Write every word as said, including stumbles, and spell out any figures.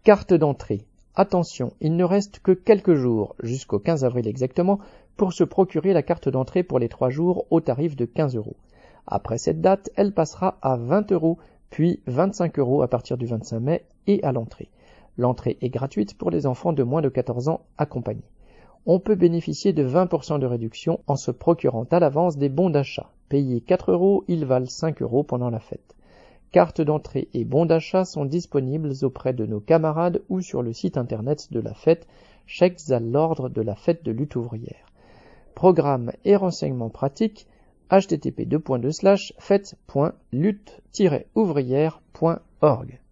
Carte d'entrée. Attention, il ne reste que quelques jours, jusqu'au quinze avril exactement, pour se procurer la carte d'entrée pour les trois jours au tarif de quinze euros. Après cette date, elle passera à vingt euros, puis vingt-cinq euros à partir du vingt-cinq mai et à l'entrée. L'entrée est gratuite pour les enfants de moins de quatorze ans accompagnés. On peut bénéficier de vingt pour cent de réduction en se procurant à l'avance des bons d'achat. Payés quatre euros, ils valent cinq euros pendant la fête. Cartes d'entrée et bons d'achat sont disponibles auprès de nos camarades ou sur le site internet de la fête, chèques à l'ordre de la fête de lutte ouvrière. Programme et renseignements pratiques, h t t p deux slash fête point lutte tiret ouvrière point org.